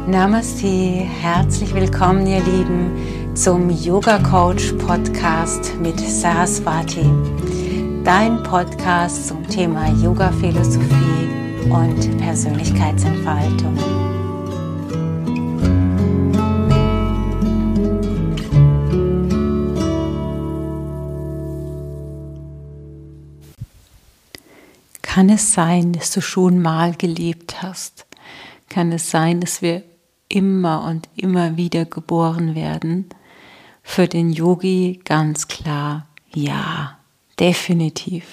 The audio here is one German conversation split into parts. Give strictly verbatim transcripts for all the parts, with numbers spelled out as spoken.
Namaste, herzlich willkommen ihr Lieben zum Yoga Coach Podcast mit Saraswati, dein Podcast zum Thema Yoga Philosophie und Persönlichkeitsentfaltung. Kann es sein, dass du schon mal gelebt hast? Kann es sein, dass wir immer und immer wieder geboren werden? Für den Yogi ganz klar, ja, definitiv.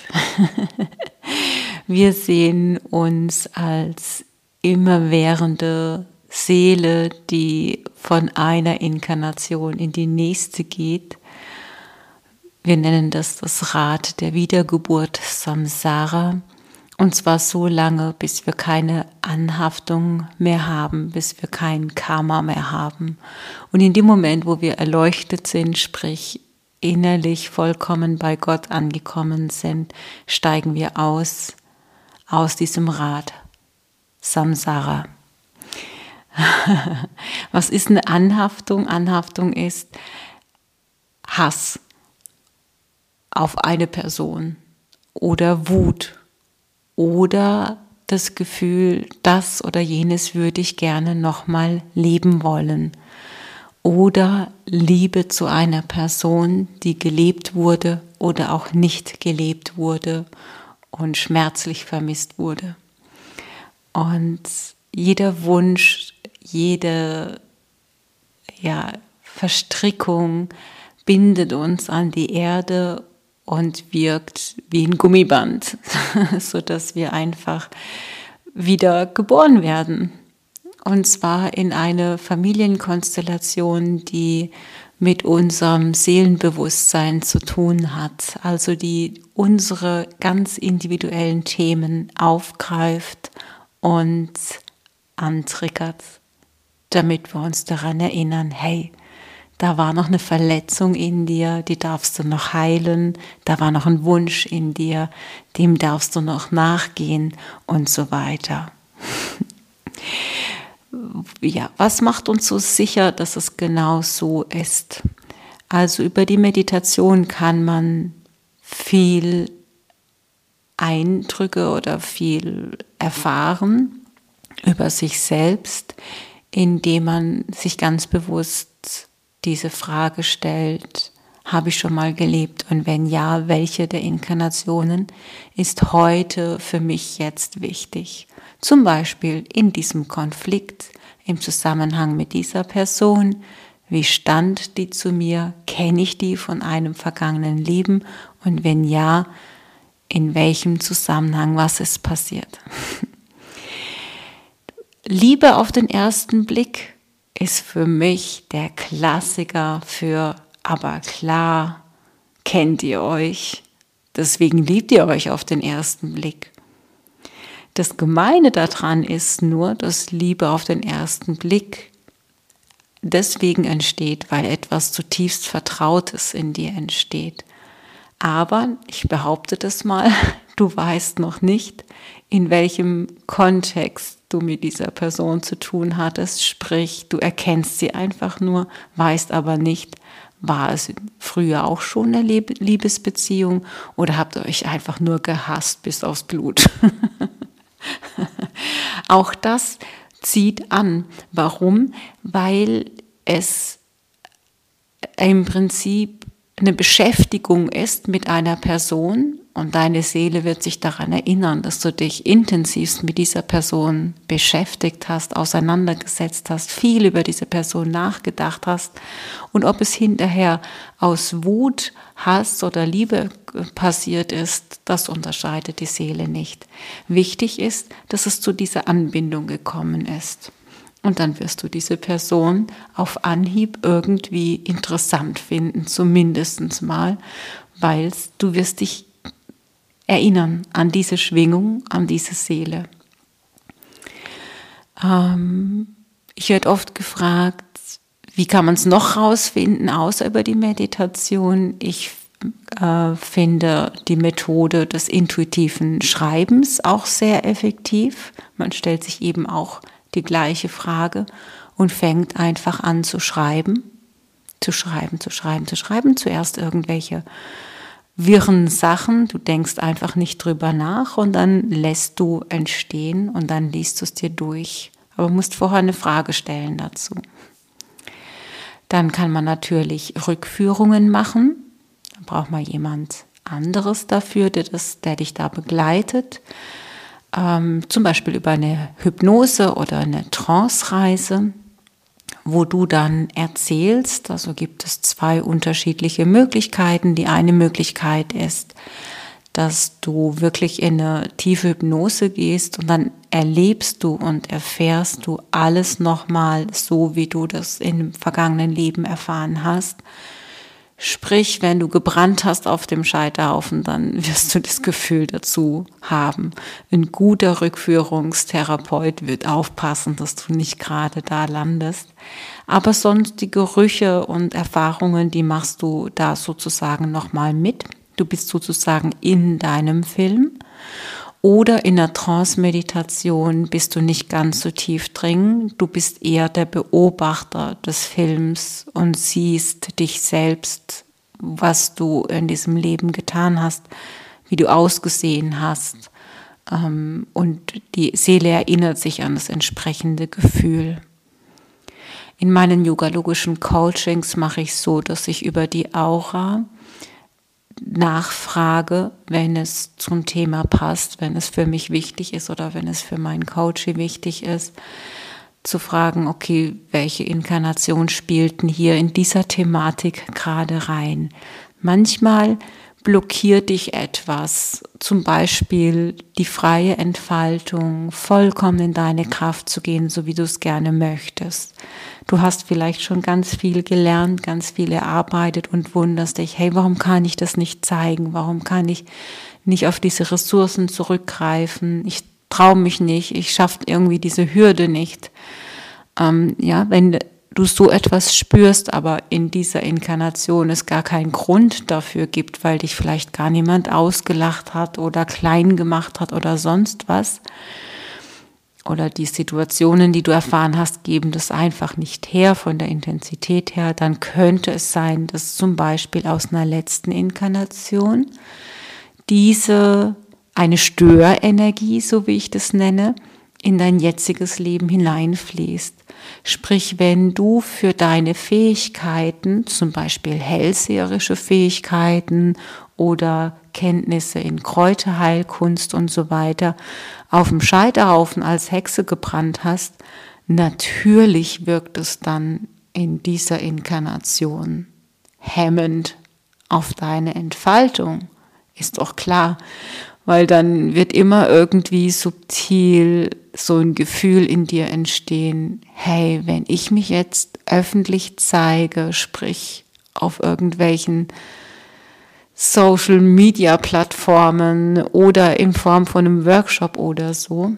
Wir sehen uns als immerwährende Seele, die von einer Inkarnation in die nächste geht. Wir nennen das das Rad der Wiedergeburt, Samsara. Und zwar so lange, bis wir keine Anhaftung mehr haben, bis wir kein Karma mehr haben. Und in dem Moment, wo wir erleuchtet sind, sprich innerlich vollkommen bei Gott angekommen sind, steigen wir aus, aus diesem Rad, Samsara. Was ist eine Anhaftung? Anhaftung ist Hass auf eine Person oder Wut. Oder das Gefühl, das oder jenes würde ich gerne nochmal leben wollen. Oder Liebe zu einer Person, die gelebt wurde oder auch nicht gelebt wurde und schmerzlich vermisst wurde. Und jeder Wunsch, jede ja, Verstrickung bindet uns an die Erde und wirkt wie ein Gummiband, sodass wir einfach wieder geboren werden. Und zwar in eine Familienkonstellation, die mit unserem Seelenbewusstsein zu tun hat, also die unsere ganz individuellen Themen aufgreift und antriggert, damit wir uns daran erinnern, hey, da war noch eine Verletzung in dir, die darfst du noch heilen. Da war noch ein Wunsch in dir, dem darfst du noch nachgehen und so weiter. Ja, was macht uns so sicher, dass es genau so ist? Also über die Meditation kann man viel Eindrücke oder viel erfahren über sich selbst, indem man sich ganz bewusst diese Frage stellt, habe ich schon mal gelebt? Und wenn ja, welche der Inkarnationen ist heute für mich jetzt wichtig? Zum Beispiel in diesem Konflikt, im Zusammenhang mit dieser Person. Wie stand die zu mir? Kenne ich die von einem vergangenen Leben? Und wenn ja, in welchem Zusammenhang, was ist passiert? Liebe auf den ersten Blick ist für mich der Klassiker für, aber klar, kennt ihr euch, deswegen liebt ihr euch auf den ersten Blick. Das Gemeine daran ist nur, dass Liebe auf den ersten Blick deswegen entsteht, weil etwas zutiefst Vertrautes in dir entsteht. Aber, ich behaupte das mal, du weißt noch nicht, in welchem Kontext du mit dieser Person zu tun hattest, sprich, du erkennst sie einfach nur, weißt aber nicht, war es früher auch schon eine Liebesbeziehung oder habt ihr euch einfach nur gehasst bis aufs Blut? Auch das zieht an. Warum? Weil es im Prinzip eine Beschäftigung ist mit einer Person und deine Seele wird sich daran erinnern, dass du dich intensivst mit dieser Person beschäftigt hast, auseinandergesetzt hast, viel über diese Person nachgedacht hast und ob es hinterher aus Wut, Hass oder Liebe passiert ist, das unterscheidet die Seele nicht. Wichtig ist, dass es zu dieser Anbindung gekommen ist. Und dann wirst du diese Person auf Anhieb irgendwie interessant finden, zumindest mal, weil du wirst dich erinnern an diese Schwingung, an diese Seele. Ähm, ich werde oft gefragt, wie kann man es noch rausfinden, außer über die Meditation? Ich äh, finde die Methode des intuitiven Schreibens auch sehr effektiv. Man stellt sich eben auch die gleiche Frage und fängt einfach an zu schreiben, zu schreiben, zu schreiben, zu schreiben. Zuerst irgendwelche wirren Sachen, du denkst einfach nicht drüber nach und dann lässt du entstehen und dann liest du es dir durch. Aber musst vorher eine Frage stellen dazu. Dann kann man natürlich Rückführungen machen. Dann braucht man jemand anderes dafür, der, das, der dich da begleitet. Ähm, zum Beispiel über eine Hypnose oder eine Trance-Reise, wo du dann erzählst. Also gibt es zwei unterschiedliche Möglichkeiten. Die eine Möglichkeit ist, dass du wirklich in eine tiefe Hypnose gehst und dann erlebst du und erfährst du alles nochmal so, wie du das im vergangenen Leben erfahren hast. Sprich, wenn du gebrannt hast auf dem Scheiterhaufen, dann wirst du das Gefühl dazu haben. Ein guter Rückführungstherapeut wird aufpassen, dass du nicht gerade da landest. Aber sonst die Gerüche und Erfahrungen, die machst du da sozusagen nochmal mit. Du bist sozusagen in deinem Film. Oder in der Trance-Meditation bist du nicht ganz so tief drin. Du bist eher der Beobachter des Films und siehst dich selbst, was du in diesem Leben getan hast, wie du ausgesehen hast. Und die Seele erinnert sich an das entsprechende Gefühl. In meinen yogalogischen Coachings mache ich so, dass ich über die Aura nachfrage, wenn es zum Thema passt, wenn es für mich wichtig ist oder wenn es für meinen Coach wichtig ist, zu fragen, okay, welche Inkarnation spielten hier in dieser Thematik gerade rein? Manchmal blockiert dich etwas, zum Beispiel die freie Entfaltung, vollkommen in deine Kraft zu gehen, so wie du es gerne möchtest. Du hast vielleicht schon ganz viel gelernt, ganz viel erarbeitet und wunderst dich, hey, warum kann ich das nicht zeigen? Warum kann ich nicht auf diese Ressourcen zurückgreifen? Ich traue mich nicht, ich schaffe irgendwie diese Hürde nicht. Ähm, ja, wenn du so etwas spürst, aber in dieser Inkarnation es gar keinen Grund dafür gibt, weil dich vielleicht gar niemand ausgelacht hat oder klein gemacht hat oder sonst was, oder die Situationen, die du erfahren hast, geben das einfach nicht her von der Intensität her, dann könnte es sein, dass zum Beispiel aus einer letzten Inkarnation diese, eine Störenergie, so wie ich das nenne, in dein jetziges Leben hineinfließt. Sprich, wenn du für deine Fähigkeiten, zum Beispiel hellseherische Fähigkeiten oder Kenntnisse in Kräuterheilkunst und so weiter, auf dem Scheiterhaufen als Hexe gebrannt hast, natürlich wirkt es dann in dieser Inkarnation hemmend auf deine Entfaltung. Ist doch klar, weil dann wird immer irgendwie subtil so ein Gefühl in dir entstehen, hey, wenn ich mich jetzt öffentlich zeige, sprich auf irgendwelchen Social-Media-Plattformen oder in Form von einem Workshop oder so,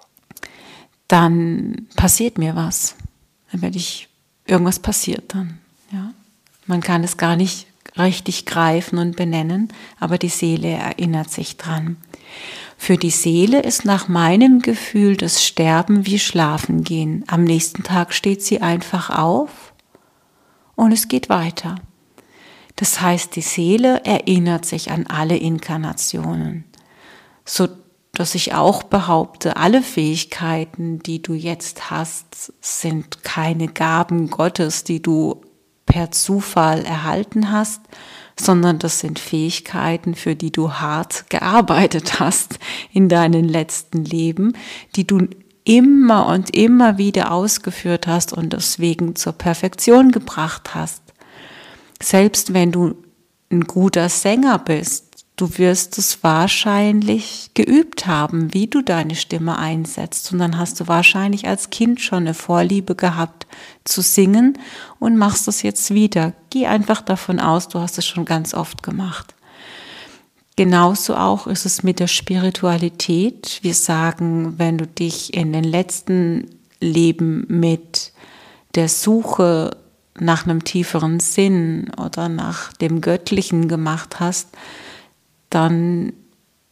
dann passiert mir was. Dann werde ich, irgendwas passiert dann. Ja? Man kann es gar nicht richtig greifen und benennen, aber die Seele erinnert sich dran. Für die Seele ist nach meinem Gefühl das Sterben wie Schlafen gehen. Am nächsten Tag steht sie einfach auf und es geht weiter. Das heißt, die Seele erinnert sich an alle Inkarnationen, so dass ich auch behaupte, alle Fähigkeiten, die du jetzt hast, sind keine Gaben Gottes, die du per Zufall erhalten hast, sondern das sind Fähigkeiten, für die du hart gearbeitet hast in deinen letzten Leben, die du immer und immer wieder ausgeführt hast und deswegen zur Perfektion gebracht hast. Selbst wenn du ein guter Sänger bist, du wirst es wahrscheinlich geübt haben, wie du deine Stimme einsetzt. Und dann hast du wahrscheinlich als Kind schon eine Vorliebe gehabt zu singen und machst es jetzt wieder. Geh einfach davon aus, du hast es schon ganz oft gemacht. Genauso auch ist es mit der Spiritualität. Wir sagen, wenn du dich in den letzten Leben mit der Suche nach einem tieferen Sinn oder nach dem Göttlichen gemacht hast, dann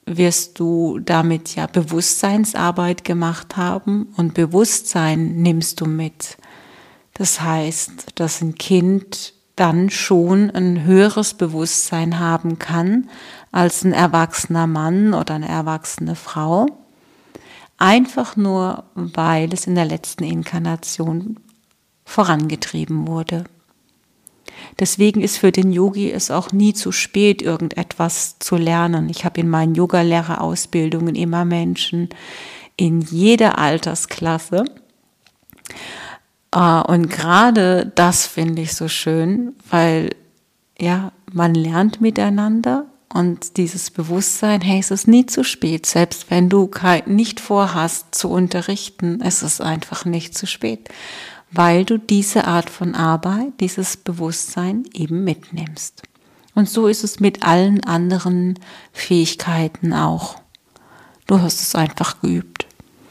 wirst du damit ja Bewusstseinsarbeit gemacht haben und Bewusstsein nimmst du mit. Das heißt, dass ein Kind dann schon ein höheres Bewusstsein haben kann als ein erwachsener Mann oder eine erwachsene Frau. Einfach nur, weil es in der letzten Inkarnation vorangetrieben wurde. Deswegen ist für den Yogi es auch nie zu spät, irgendetwas zu lernen. Ich habe in meinen Yogalehrerausbildungen immer Menschen in jeder Altersklasse. Und gerade das finde ich so schön, weil ja, man lernt miteinander und dieses Bewusstsein, hey, es ist nie zu spät, selbst wenn du nicht vorhast zu unterrichten, es ist einfach nicht zu spät, weil du diese Art von Arbeit, dieses Bewusstsein eben mitnimmst. Und so ist es mit allen anderen Fähigkeiten auch. Du hast es einfach geübt.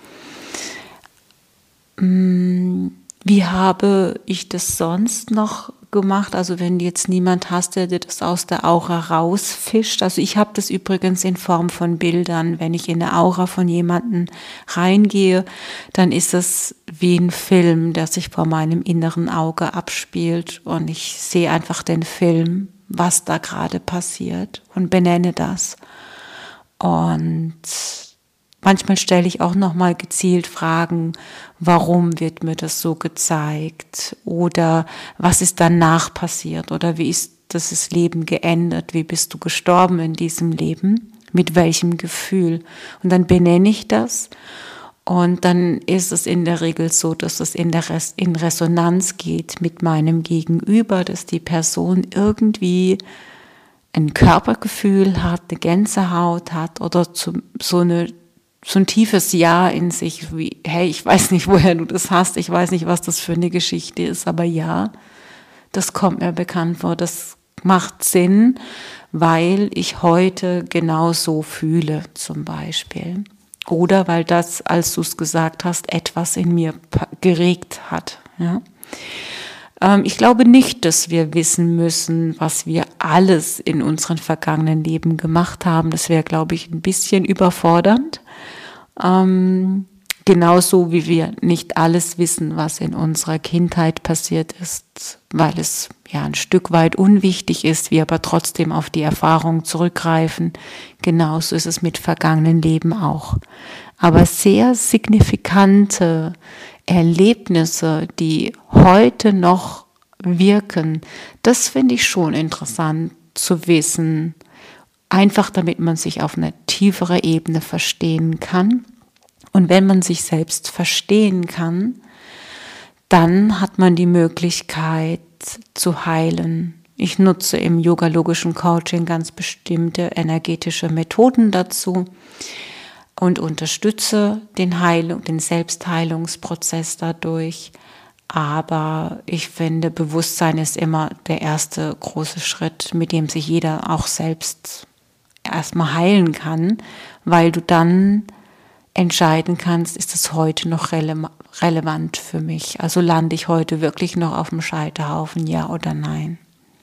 Wie habe ich das sonst noch gemacht? Also wenn du jetzt niemand hast, der dir das aus der Aura rausfischt. Also ich habe das übrigens in Form von Bildern. Wenn ich in eine Aura von jemandem reingehe, dann ist es wie ein Film, der sich vor meinem inneren Auge abspielt. Und ich sehe einfach den Film, was da gerade passiert und benenne das. Und manchmal stelle ich auch nochmal gezielt Fragen, warum wird mir das so gezeigt? Oder was ist danach passiert? Oder wie ist das Leben geendet? Wie bist du gestorben in diesem Leben? Mit welchem Gefühl? Und dann benenne ich das. Und dann ist es in der Regel so, dass es in, der Res- in Resonanz geht mit meinem Gegenüber, dass die Person irgendwie ein Körpergefühl hat, eine Gänsehaut hat oder zu, so eine so ein tiefes Ja in sich, wie, hey, ich weiß nicht, woher du das hast, ich weiß nicht, was das für eine Geschichte ist, aber ja, das kommt mir bekannt vor, das macht Sinn, weil ich heute genau so fühle, zum Beispiel. Oder weil das, als du es gesagt hast, etwas in mir geregt hat. Ja? Ähm, ich glaube nicht, dass wir wissen müssen, was wir alles in unseren vergangenen Leben gemacht haben. Das wäre, glaube ich, ein bisschen überfordernd. Ähm, genauso wie wir nicht alles wissen, was in unserer Kindheit passiert ist, weil es ja ein Stück weit unwichtig ist, wir aber trotzdem auf die Erfahrung zurückgreifen. Genauso ist es mit vergangenen Leben auch. Aber sehr signifikante Erlebnisse, die heute noch wirken, das finde ich schon interessant zu wissen, einfach damit man sich auf einer tieferen Ebene verstehen kann. Und wenn man sich selbst verstehen kann, dann hat man die Möglichkeit zu heilen. Ich nutze im yogalogischen Coaching ganz bestimmte energetische Methoden dazu und unterstütze den Heilung, den Selbstheilungsprozess dadurch. Aber ich finde, Bewusstsein ist immer der erste große Schritt, mit dem sich jeder auch selbst erstmal heilen kann, weil du dann entscheiden kannst, ist es heute noch rele- relevant für mich? Also lande ich heute wirklich noch auf dem Scheiterhaufen, ja oder nein?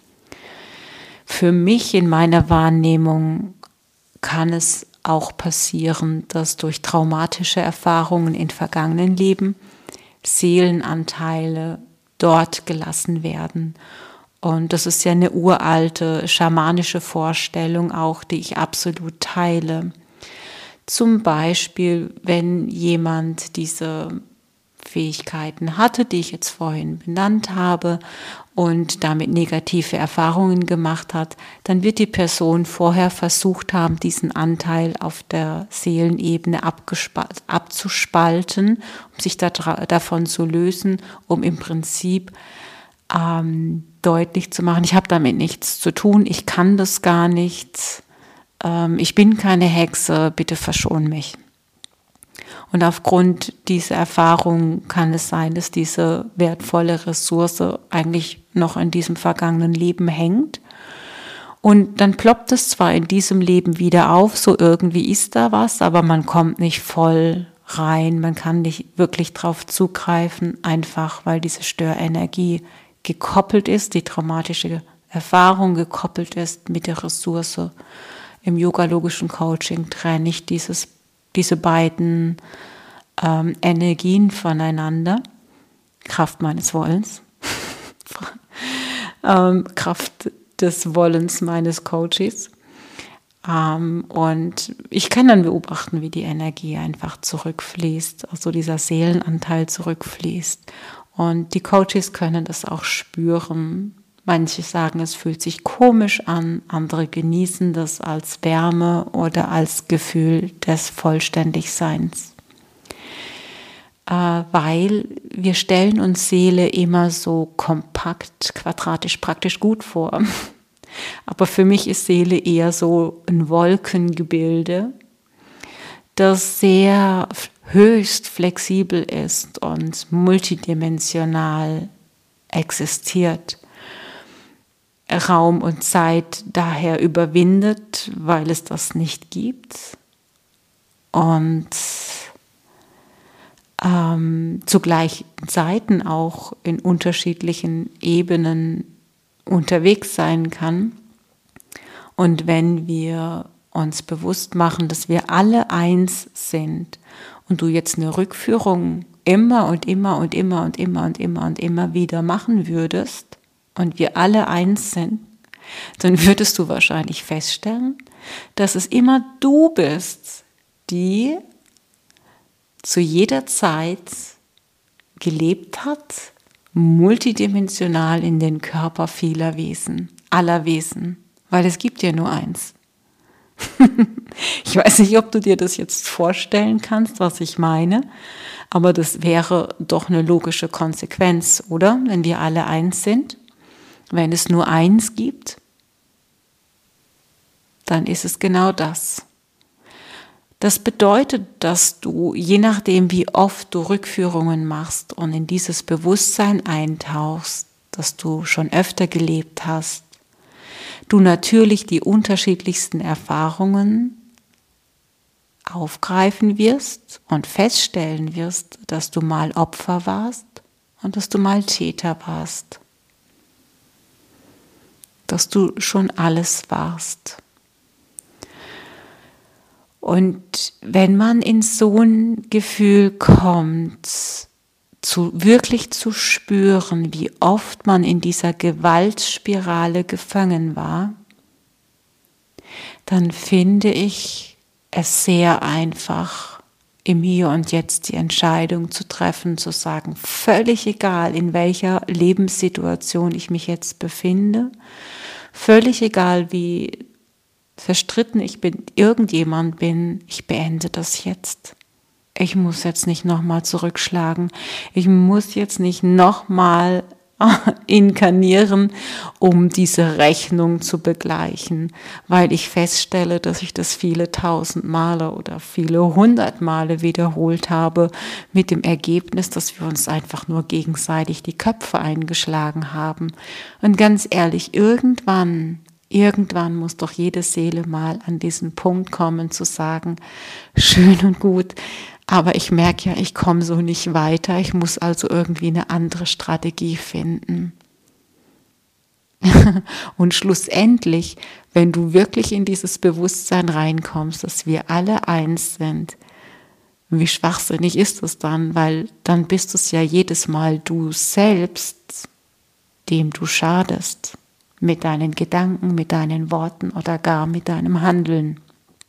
Für mich in meiner Wahrnehmung kann es auch passieren, dass durch traumatische Erfahrungen in vergangenen Leben Seelenanteile dort gelassen werden. Und das ist ja eine uralte schamanische Vorstellung auch, die ich absolut teile. Zum Beispiel, wenn jemand diese Fähigkeiten hatte, die ich jetzt vorhin benannt habe und damit negative Erfahrungen gemacht hat, dann wird die Person vorher versucht haben, diesen Anteil auf der Seelenebene abzuspalten, um sich da, davon zu lösen, um im Prinzip ähm, deutlich zu machen, ich habe damit nichts zu tun, ich kann das gar nicht, ähm, ich bin keine Hexe, bitte verschon mich. Und aufgrund dieser Erfahrung kann es sein, dass diese wertvolle Ressource eigentlich noch in diesem vergangenen Leben hängt. Und dann ploppt es zwar in diesem Leben wieder auf, so irgendwie ist da was, aber man kommt nicht voll rein, man kann nicht wirklich drauf zugreifen, einfach weil diese Störenergie gekoppelt ist, die traumatische Erfahrung gekoppelt ist mit der Ressource im yogalogischen Coaching trenne ich dieses, diese beiden ähm, Energien voneinander. Kraft meines Wollens, ähm, Kraft des Wollens meines Coaches. Ähm, und ich kann dann beobachten, wie die Energie einfach zurückfließt, also dieser Seelenanteil zurückfließt. Und die Coaches können das auch spüren. Manche sagen, es fühlt sich komisch an, andere genießen das als Wärme oder als Gefühl des Vollständigseins. Äh, weil wir stellen uns Seele immer so kompakt, quadratisch, praktisch gut vor. Aber für mich ist Seele eher so ein Wolkengebilde, das sehr höchst flexibel ist und multidimensional existiert. Raum und Zeit daher überwindet, weil es das nicht gibt. Und ähm, zu gleichen Zeiten auch in unterschiedlichen Ebenen unterwegs sein kann. Und wenn wir uns bewusst machen, dass wir alle eins sind und du jetzt eine Rückführung immer und immer und immer und immer und immer und immer wieder machen würdest und wir alle eins sind, dann würdest du wahrscheinlich feststellen, dass es immer du bist, die zu jeder Zeit gelebt hat, multidimensional in den Körper vieler Wesen, aller Wesen, weil es gibt ja nur eins. Ich weiß nicht, ob du dir das jetzt vorstellen kannst, was ich meine, aber das wäre doch eine logische Konsequenz, oder? Wenn wir alle eins sind, wenn es nur eins gibt, dann ist es genau das. Das bedeutet, dass du, je nachdem wie oft du Rückführungen machst und in dieses Bewusstsein eintauchst, dass du schon öfter gelebt hast, du natürlich die unterschiedlichsten Erfahrungen aufgreifen wirst und feststellen wirst, dass du mal Opfer warst und dass du mal Täter warst. Dass du schon alles warst. Und wenn man in so ein Gefühl kommt, zu, wirklich zu spüren, wie oft man in dieser Gewaltspirale gefangen war, dann finde ich es sehr einfach, im Hier und Jetzt die Entscheidung zu treffen, zu sagen, völlig egal, in welcher Lebenssituation ich mich jetzt befinde, völlig egal, wie verstritten ich bin, irgendjemand bin, ich beende das jetzt. Ich muss jetzt nicht nochmal zurückschlagen. Ich muss jetzt nicht nochmal inkarnieren, um diese Rechnung zu begleichen, weil ich feststelle, dass ich das viele tausend Male oder viele hundert Male wiederholt habe, mit dem Ergebnis, dass wir uns einfach nur gegenseitig die Köpfe eingeschlagen haben. Und ganz ehrlich, irgendwann Irgendwann muss doch jede Seele mal an diesen Punkt kommen, zu sagen, schön und gut, aber ich merke ja, ich komme so nicht weiter, ich muss also irgendwie eine andere Strategie finden. Und schlussendlich, wenn du wirklich in dieses Bewusstsein reinkommst, dass wir alle eins sind, wie schwachsinnig ist es dann, weil dann bist es ja jedes Mal du selbst, dem du schadest. Mit deinen Gedanken, mit deinen Worten oder gar mit deinem Handeln.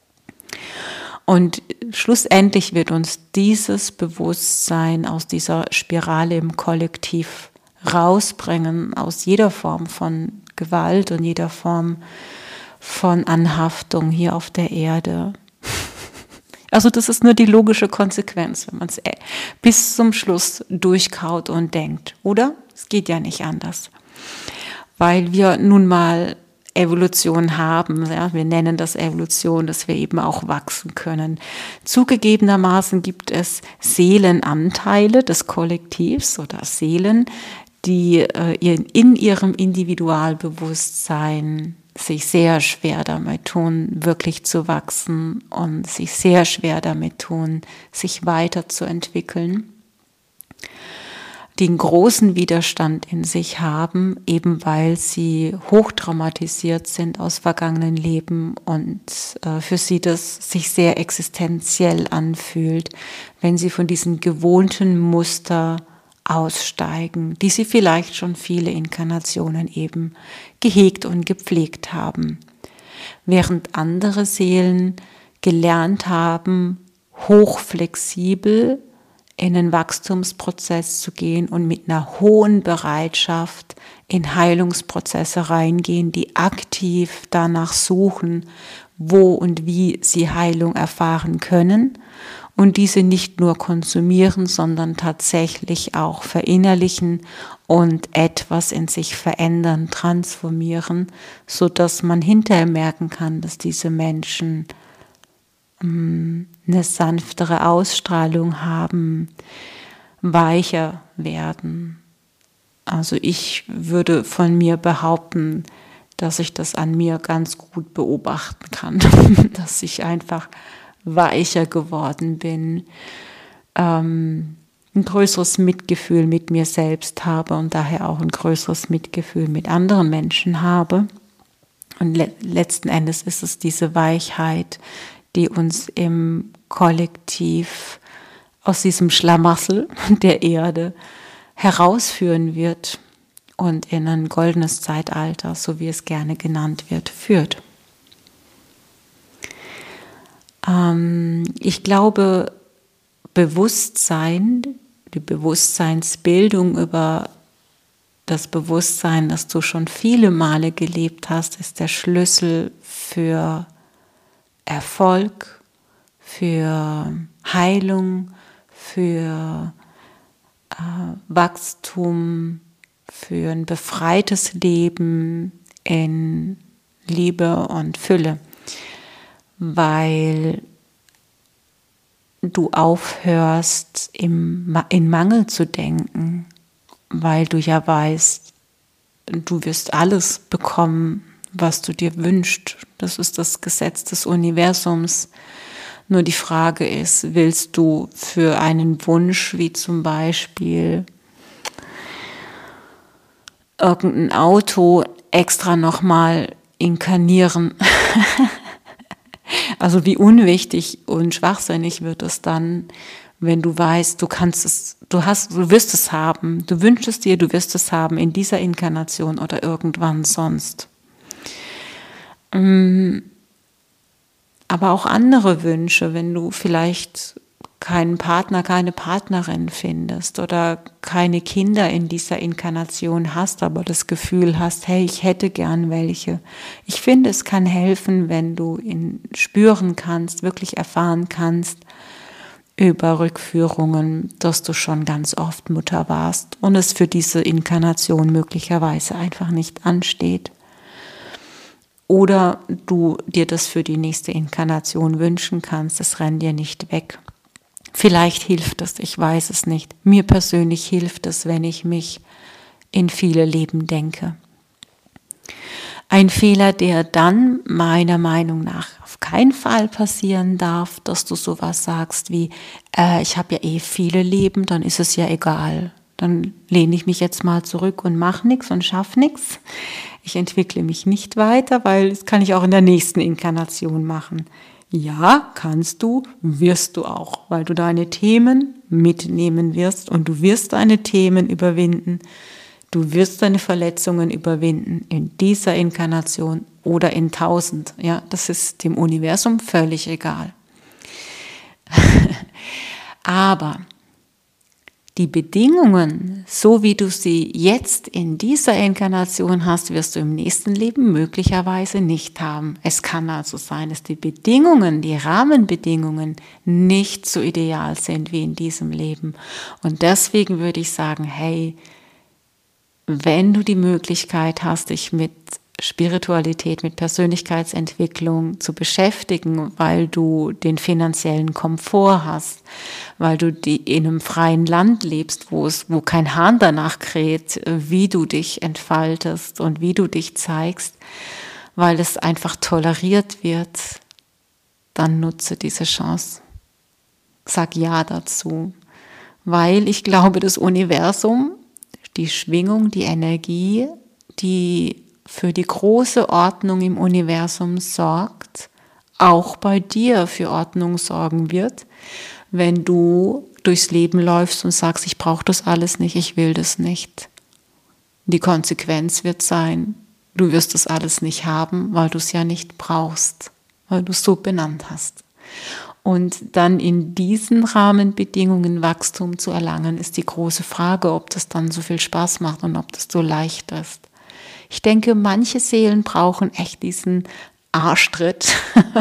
Und schlussendlich wird uns dieses Bewusstsein aus dieser Spirale im Kollektiv rausbringen, aus jeder Form von Gewalt und jeder Form von Anhaftung hier auf der Erde. Also das ist nur die logische Konsequenz, wenn man es bis zum Schluss durchkaut und denkt, oder? Es geht ja nicht anders. Weil wir nun mal Evolution haben, ja, wir nennen das Evolution, dass wir eben auch wachsen können. Zugegebenermaßen gibt es Seelenanteile des Kollektivs oder Seelen, die äh, in ihrem Individualbewusstsein sich sehr schwer damit tun, wirklich zu wachsen und sich sehr schwer damit tun, sich weiterzuentwickeln. die einen großen Widerstand in sich haben, eben weil sie hochtraumatisiert sind aus vergangenen Leben und äh, für sie das sich sehr existenziell anfühlt, wenn sie von diesen gewohnten Muster aussteigen, die sie vielleicht schon viele Inkarnationen eben gehegt und gepflegt haben. Während andere Seelen gelernt haben, hochflexibel in einen Wachstumsprozess zu gehen und mit einer hohen Bereitschaft in Heilungsprozesse reingehen, die aktiv danach suchen, wo und wie sie Heilung erfahren können und diese nicht nur konsumieren, sondern tatsächlich auch verinnerlichen und etwas in sich verändern, transformieren, sodass man hinterher merken kann, dass diese Menschen eine sanftere Ausstrahlung haben, weicher werden. Also ich würde von mir behaupten, dass ich das an mir ganz gut beobachten kann, dass ich einfach weicher geworden bin, ähm, ein größeres Mitgefühl mit mir selbst habe und daher auch ein größeres Mitgefühl mit anderen Menschen habe. Und le- letzten Endes ist es diese Weichheit, die uns im Kollektiv aus diesem Schlamassel der Erde herausführen wird und in ein goldenes Zeitalter, so wie es gerne genannt wird, führt. Ähm, ich glaube, Bewusstsein, die Bewusstseinsbildung über das Bewusstsein, das du schon viele Male gelebt hast, ist der Schlüssel für Erfolg, für Heilung, für äh, Wachstum, für ein befreites Leben in Liebe und Fülle, weil du aufhörst, im, in Mangel zu denken, weil du ja weißt, du wirst alles bekommen, was du dir wünschst. Das ist das Gesetz des Universums. Nur die Frage ist, willst du für einen Wunsch, wie zum Beispiel irgendein Auto, extra nochmal inkarnieren? Also wie unwichtig und schwachsinnig wird es dann, wenn du weißt, du kannst es, du hast, du wirst es haben, du wünschst es dir, du wirst es haben in dieser Inkarnation oder irgendwann sonst. Aber auch andere Wünsche, wenn du vielleicht keinen Partner, keine Partnerin findest oder keine Kinder in dieser Inkarnation hast, aber das Gefühl hast, hey, ich hätte gern welche. Ich finde, es kann helfen, wenn du ihn spüren kannst, wirklich erfahren kannst über Rückführungen, dass du schon ganz oft Mutter warst und es für diese Inkarnation möglicherweise einfach nicht ansteht. Oder du dir das für die nächste Inkarnation wünschen kannst, das rennt dir nicht weg. Vielleicht hilft es, ich weiß es nicht. Mir persönlich hilft es, wenn ich mich in viele Leben denke. Ein Fehler, der dann meiner Meinung nach auf keinen Fall passieren darf, dass du sowas sagst wie, äh, ich habe ja eh viele Leben, dann ist es ja egal. Dann lehne ich mich jetzt mal zurück und mache nichts und schaffe nichts. Ich entwickle mich nicht weiter, weil das kann ich auch in der nächsten Inkarnation machen. Ja, kannst du, wirst du auch, weil du deine Themen mitnehmen wirst und du wirst deine Themen überwinden. Du wirst deine Verletzungen überwinden in dieser Inkarnation oder in tausend. Ja, das ist dem Universum völlig egal. Aber die Bedingungen, so wie du sie jetzt in dieser Inkarnation hast, wirst du im nächsten Leben möglicherweise nicht haben. Es kann also sein, dass die Bedingungen, die Rahmenbedingungen nicht so ideal sind wie in diesem Leben. Und deswegen würde ich sagen, hey, wenn du die Möglichkeit hast, dich mit Spiritualität, mit Persönlichkeitsentwicklung zu beschäftigen, weil du den finanziellen Komfort hast, weil du die in einem freien Land lebst, wo es, wo kein Hahn danach kräht, wie du dich entfaltest und wie du dich zeigst, weil es einfach toleriert wird, dann nutze diese Chance. Sag Ja dazu. weil ich glaube, das Universum, die Schwingung, die Energie, die für die große Ordnung im Universum sorgt, auch bei dir für Ordnung sorgen wird, wenn du durchs Leben läufst und sagst, ich brauche das alles nicht, ich will das nicht. Die Konsequenz wird sein, du wirst das alles nicht haben, weil du es ja nicht brauchst, weil du es so benannt hast. Und dann in diesen Rahmenbedingungen Wachstum zu erlangen, ist die große Frage, ob das dann so viel Spaß macht und ob das so leicht ist. Ich denke, manche Seelen brauchen echt diesen Arschtritt,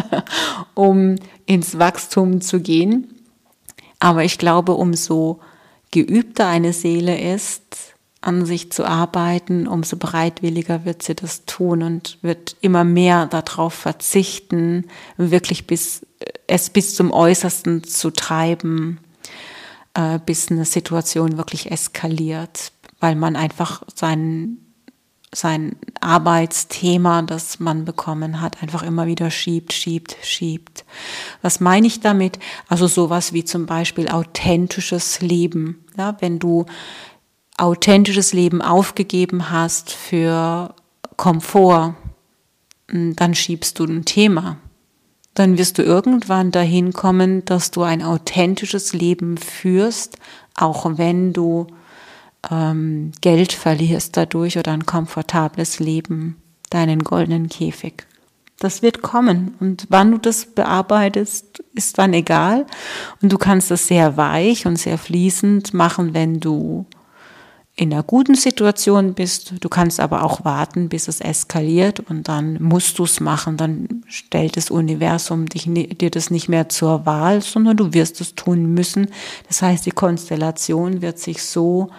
um ins Wachstum zu gehen. Aber ich glaube, umso geübter eine Seele ist, an sich zu arbeiten, umso bereitwilliger wird sie das tun und wird immer mehr darauf verzichten, wirklich bis, es bis zum Äußersten zu treiben, äh, bis eine Situation wirklich eskaliert, weil man einfach sein, sein Arbeitsthema, das man bekommen hat, einfach immer wieder schiebt, schiebt, schiebt. Was meine ich damit? Also sowas wie zum Beispiel authentisches Leben. Ja, wenn du authentisches Leben aufgegeben hast für Komfort, dann schiebst du ein Thema. Dann wirst du irgendwann dahin kommen, dass du ein authentisches Leben führst, auch wenn du ähm, Geld verlierst dadurch oder ein komfortables Leben, deinen goldenen Käfig. Das wird kommen und wann du das bearbeitest, ist dann egal. Und du kannst das sehr weich und sehr fließend machen, wenn du in einer guten Situation bist. Du kannst aber auch warten, bis es eskaliert und dann musst du es machen. Dann stellt das Universum dich, dir das nicht mehr zur Wahl, sondern du wirst es tun müssen. Das heißt, die Konstellation wird sich so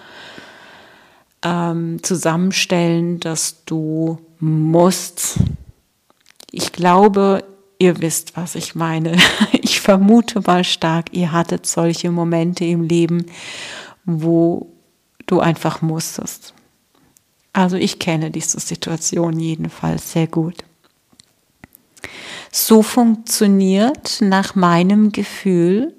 ähm, zusammenstellen, dass du musst. Ich glaube, ihr wisst, was ich meine. Ich vermute mal stark, ihr hattet solche Momente im Leben, wo du einfach musstest. Also ich kenne diese Situation jedenfalls sehr gut. So funktioniert nach meinem Gefühl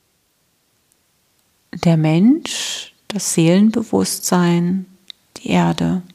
der Mensch, das Seelenbewusstsein, die Erde.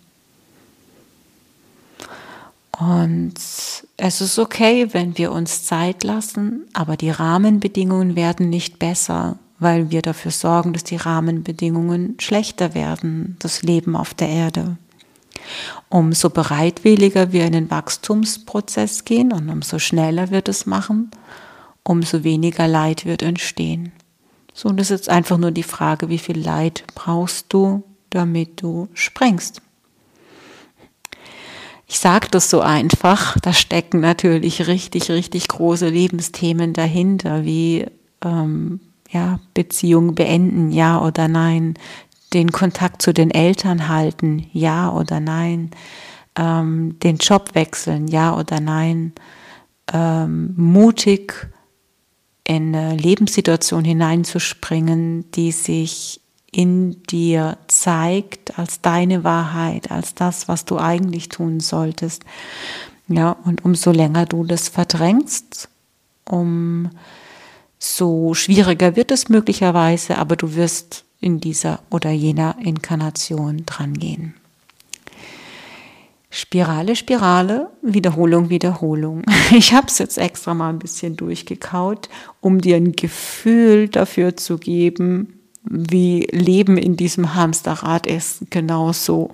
Und es ist okay, wenn wir uns Zeit lassen, aber die Rahmenbedingungen werden nicht besser, weil wir dafür sorgen, dass die Rahmenbedingungen schlechter werden, das Leben auf der Erde. Umso bereitwilliger wir in den Wachstumsprozess gehen und umso schneller wir das machen, umso weniger Leid wird entstehen. So, und das ist jetzt einfach nur die Frage, wie viel Leid brauchst du, damit du springst. Ich sage das so einfach, da stecken natürlich richtig, richtig große Lebensthemen dahinter, wie ähm, ja, Beziehung beenden, ja oder nein, den Kontakt zu den Eltern halten, ja oder nein, ähm, den Job wechseln, ja oder nein, ähm, mutig in eine Lebenssituation hineinzuspringen, die sich in dir zeigt als deine Wahrheit, als das, was du eigentlich tun solltest. Ja, und umso länger du das verdrängst, um so schwieriger wird es möglicherweise, aber du wirst in dieser oder jener Inkarnation dran gehen. Spirale, Spirale, Wiederholung, Wiederholung. Ich habe es jetzt extra mal ein bisschen durchgekaut, um dir ein Gefühl dafür zu geben, wie Leben in diesem Hamsterrad ist. Genau so.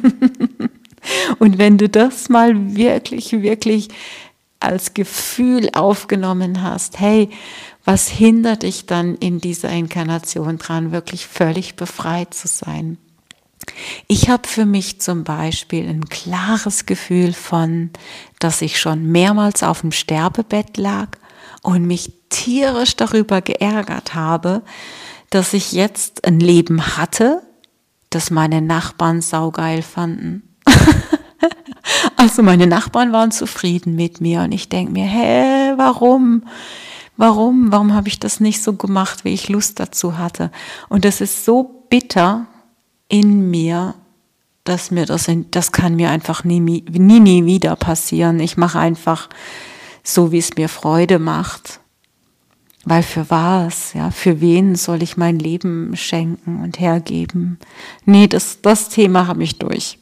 Und wenn du das mal wirklich, wirklich als Gefühl aufgenommen hast, hey, was hindert dich dann in dieser Inkarnation dran, wirklich völlig befreit zu sein? Ich habe für mich zum Beispiel ein klares Gefühl von, dass ich schon mehrmals auf dem Sterbebett lag und mich tierisch darüber geärgert habe, dass ich jetzt ein Leben hatte, das meine Nachbarn saugeil fanden. Also meine Nachbarn waren zufrieden mit mir und ich denke mir, hä, warum? Warum? Warum habe ich das nicht so gemacht, wie ich Lust dazu hatte? Und das ist so bitter in mir, dass mir das, das kann mir einfach nie, nie, nie wieder passieren. Ich mache einfach so, wie es mir Freude macht. Weil für was, ja, für wen soll ich mein Leben schenken und hergeben? Nee, das, das Thema habe ich durch.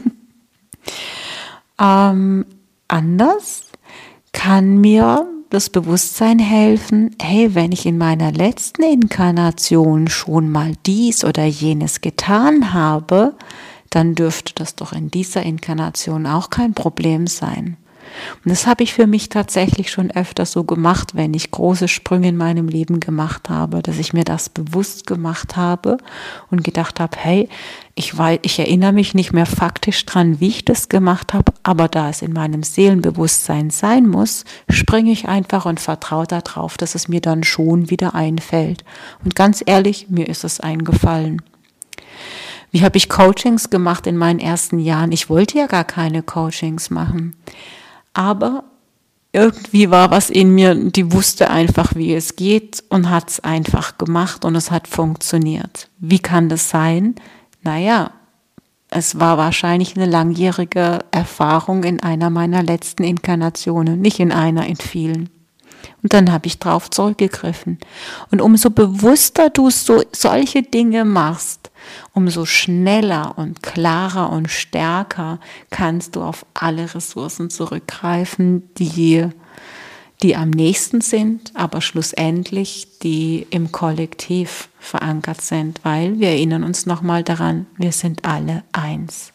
ähm, anders kann mir das Bewusstsein helfen, hey, wenn ich in meiner letzten Inkarnation schon mal dies oder jenes getan habe, dann dürfte das doch in dieser Inkarnation auch kein Problem sein. Und das habe ich für mich tatsächlich schon öfter so gemacht, wenn ich große Sprünge in meinem Leben gemacht habe, dass ich mir das bewusst gemacht habe und gedacht habe, hey, ich weiß, ich erinnere mich nicht mehr faktisch dran, wie ich das gemacht habe, aber da es in meinem Seelenbewusstsein sein muss, springe ich einfach und vertraue darauf, dass es mir dann schon wieder einfällt. Und ganz ehrlich, mir ist es eingefallen. Wie habe ich Coachings gemacht in meinen ersten Jahren? Ich wollte ja gar keine Coachings machen. Aber irgendwie war was in mir, die wusste einfach, wie es geht und hat es einfach gemacht und es hat funktioniert. Wie kann das sein? Naja, es war wahrscheinlich eine langjährige Erfahrung in einer meiner letzten Inkarnationen, nicht in einer, in vielen. Und dann habe ich drauf zurückgegriffen. Und umso bewusster du so, solche Dinge machst, umso schneller und klarer und stärker kannst du auf alle Ressourcen zurückgreifen, die, die am nächsten sind, aber schlussendlich die im Kollektiv verankert sind, weil wir erinnern uns nochmal daran, wir sind alle eins.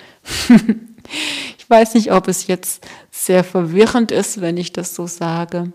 Ich weiß nicht, ob es jetzt sehr verwirrend ist, wenn ich das so sage.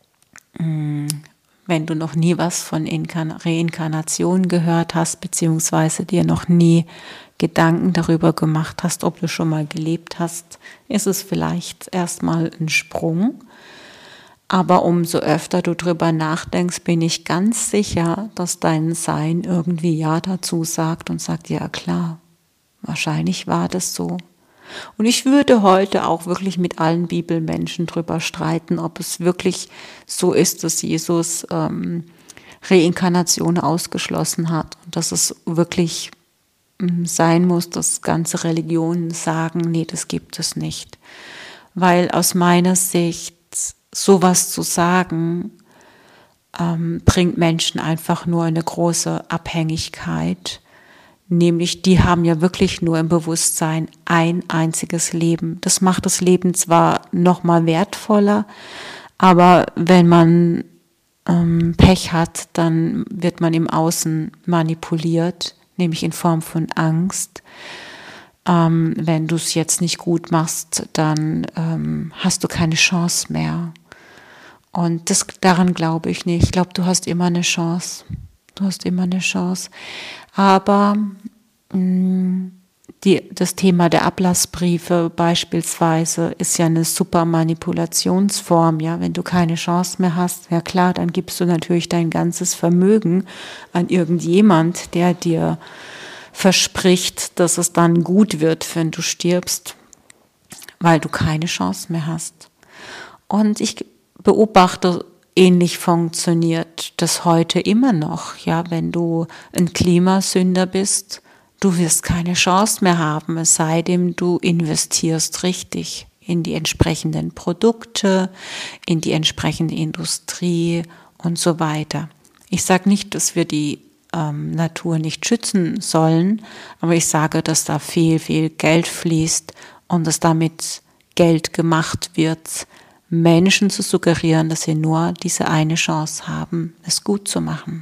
Wenn du noch nie was von Reinkarnation gehört hast, beziehungsweise dir noch nie Gedanken darüber gemacht hast, ob du schon mal gelebt hast, ist es vielleicht erstmal ein Sprung. Aber umso öfter du drüber nachdenkst, bin ich ganz sicher, dass dein Sein irgendwie Ja dazu sagt und sagt, ja klar, wahrscheinlich war das so. Und ich würde heute auch wirklich mit allen Bibelmenschen drüber streiten, ob es wirklich so ist, dass Jesus ähm, Reinkarnation ausgeschlossen hat und dass es wirklich ähm, sein muss, dass ganze Religionen sagen, nee, das gibt es nicht. Weil aus meiner Sicht sowas zu sagen, ähm, bringt Menschen einfach nur eine große Abhängigkeit. Nämlich, die haben ja wirklich nur im Bewusstsein ein einziges Leben. Das macht das Leben zwar nochmal wertvoller, aber wenn man ähm, Pech hat, dann wird man im Außen manipuliert, nämlich in Form von Angst. Ähm, wenn du es jetzt nicht gut machst, dann ähm, hast du keine Chance mehr. Und das, daran glaube ich nicht. Ich glaube, du hast immer eine Chance. Du hast immer eine Chance. Aber mh, die, das Thema der Ablassbriefe beispielsweise ist ja eine super Manipulationsform. Ja? Wenn du keine Chance mehr hast, ja klar, dann gibst du natürlich dein ganzes Vermögen an irgendjemand, der dir verspricht, dass es dann gut wird, wenn du stirbst, weil du keine Chance mehr hast. Und ich beobachte, ähnlich funktioniert das heute immer noch. Ja, wenn du ein Klimasünder bist, du wirst keine Chance mehr haben, es sei denn, du investierst richtig in die entsprechenden Produkte, in die entsprechende Industrie und so weiter. Ich sage nicht, dass wir die ähm, Natur nicht schützen sollen, aber ich sage, dass da viel, viel Geld fließt und dass damit Geld gemacht wird, Menschen zu suggerieren, dass sie nur diese eine Chance haben, es gut zu machen.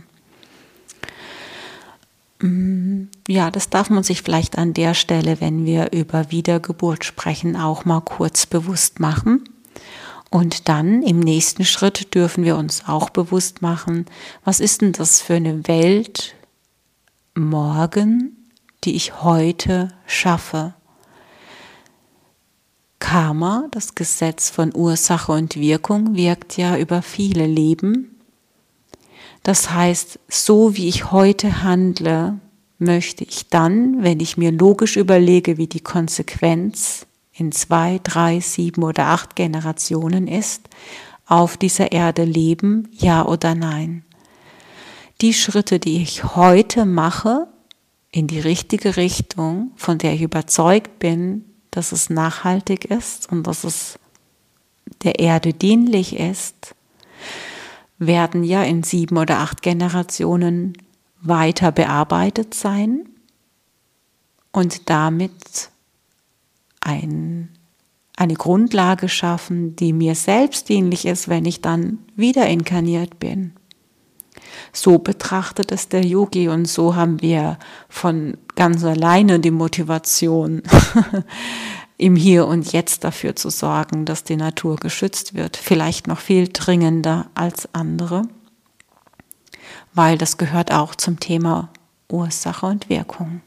Ja, das darf man sich vielleicht an der Stelle, wenn wir über Wiedergeburt sprechen, auch mal kurz bewusst machen. Und dann im nächsten Schritt dürfen wir uns auch bewusst machen, was ist denn das für eine Welt morgen, die ich heute schaffe? Karma, das Gesetz von Ursache und Wirkung, wirkt ja über viele Leben. Das heißt, so wie ich heute handle, möchte ich dann, wenn ich mir logisch überlege, wie die Konsequenz in zwei, drei, sieben oder acht Generationen ist, auf dieser Erde leben, ja oder nein. Die Schritte, die ich heute mache, in die richtige Richtung, von der ich überzeugt bin, dass es nachhaltig ist und dass es der Erde dienlich ist, werden ja in sieben oder acht Generationen weiter bearbeitet sein und damit ein, eine Grundlage schaffen, die mir selbst dienlich ist, wenn ich dann wieder inkarniert bin. So betrachtet es der Yogi und so haben wir von ganz alleine die Motivation, im Hier und Jetzt dafür zu sorgen, dass die Natur geschützt wird. Vielleicht noch viel dringender als andere, weil das gehört auch zum Thema Ursache und Wirkung.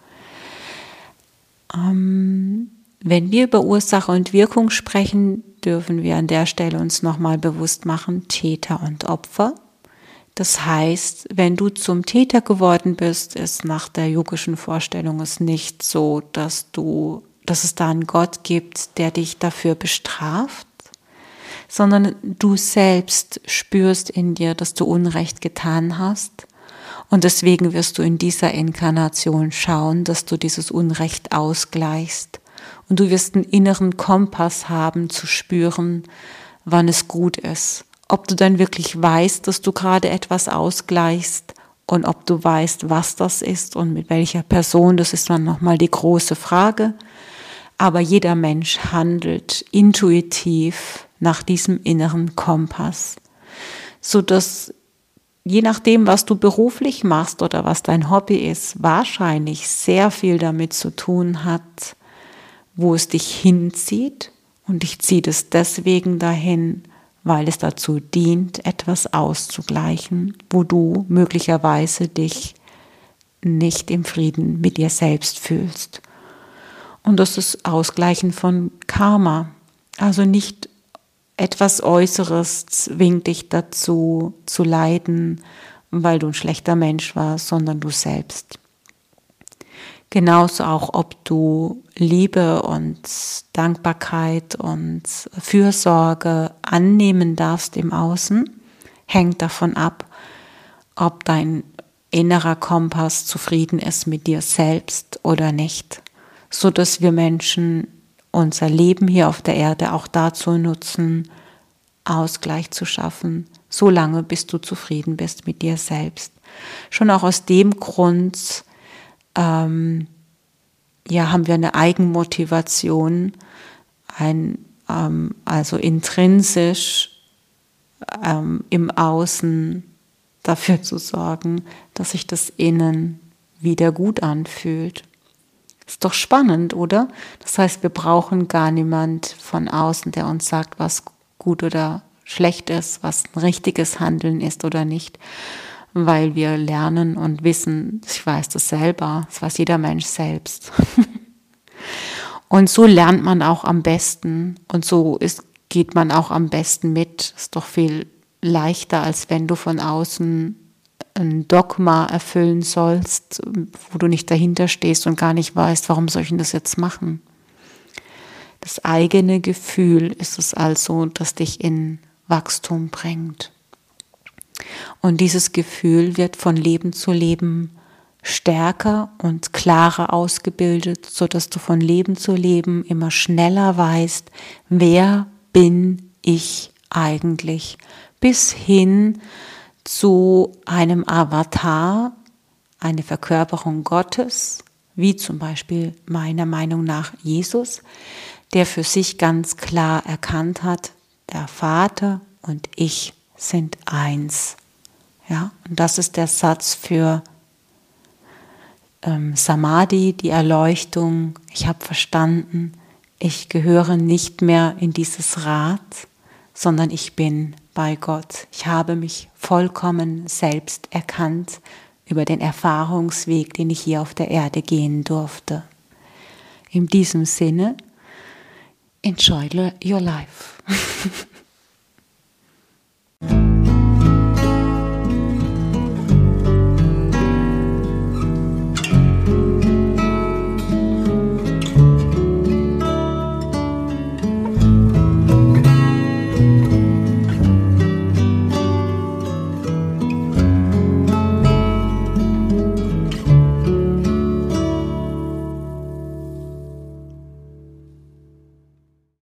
Ähm, wenn wir über Ursache und Wirkung sprechen, dürfen wir an der Stelle uns nochmal bewusst machen, Täter und Opfer. Das heißt, wenn du zum Täter geworden bist, ist nach der yogischen Vorstellung es nicht so, dass du, dass es da einen Gott gibt, der dich dafür bestraft, sondern du selbst spürst in dir, dass du Unrecht getan hast und deswegen wirst du in dieser Inkarnation schauen, dass du dieses Unrecht ausgleichst und du wirst einen inneren Kompass haben, zu spüren, wann es gut ist. Ob du dann wirklich weißt, dass du gerade etwas ausgleichst und ob du weißt, was das ist und mit welcher Person, das ist dann nochmal die große Frage. Aber jeder Mensch handelt intuitiv nach diesem inneren Kompass, sodass je nachdem, was du beruflich machst oder was dein Hobby ist, wahrscheinlich sehr viel damit zu tun hat, wo es dich hinzieht. Und ich ziehe es deswegen dahin, weil es dazu dient, etwas auszugleichen, wo du möglicherweise dich nicht im Frieden mit dir selbst fühlst. Und das ist Ausgleichen von Karma. Also nicht etwas Äußeres zwingt dich dazu zu leiden, weil du ein schlechter Mensch warst, sondern du selbst. Genauso auch, ob du Liebe und Dankbarkeit und Fürsorge annehmen darfst im Außen, hängt davon ab, ob dein innerer Kompass zufrieden ist mit dir selbst oder nicht, so dass wir Menschen unser Leben hier auf der Erde auch dazu nutzen, Ausgleich zu schaffen, solange bis du zufrieden bist mit dir selbst. Schon auch aus dem Grund, ähm, ja, haben wir eine Eigenmotivation, ein, ähm, also intrinsisch ähm, im Außen dafür zu sorgen, dass sich das Innen wieder gut anfühlt. Ist doch spannend, oder? Das heißt, wir brauchen gar niemand von außen, der uns sagt, was gut oder schlecht ist, was ein richtiges Handeln ist oder nicht, weil wir lernen und wissen, ich weiß das selber, das weiß jeder Mensch selbst. Und so lernt man auch am besten und so ist, geht man auch am besten mit. Ist doch viel leichter, als wenn du von außen ein Dogma erfüllen sollst, wo du nicht dahinter stehst und gar nicht weißt, warum soll ich denn das jetzt machen? Das eigene Gefühl ist es also, das dich in Wachstum bringt. Und dieses Gefühl wird von Leben zu Leben stärker und klarer ausgebildet, sodass du von Leben zu Leben immer schneller weißt, wer bin ich eigentlich, bis hin zu einem Avatar, eine Verkörperung Gottes, wie zum Beispiel meiner Meinung nach Jesus, der für sich ganz klar erkannt hat, der Vater und ich sind eins. Ja, und das ist der Satz für ähm, Samadhi, die Erleuchtung. Ich habe verstanden, ich gehöre nicht mehr in dieses Rad, sondern ich bin bei Gott. Ich habe mich vollkommen selbst erkannt über den Erfahrungsweg, den ich hier auf der Erde gehen durfte. In diesem Sinne, enjoy your life.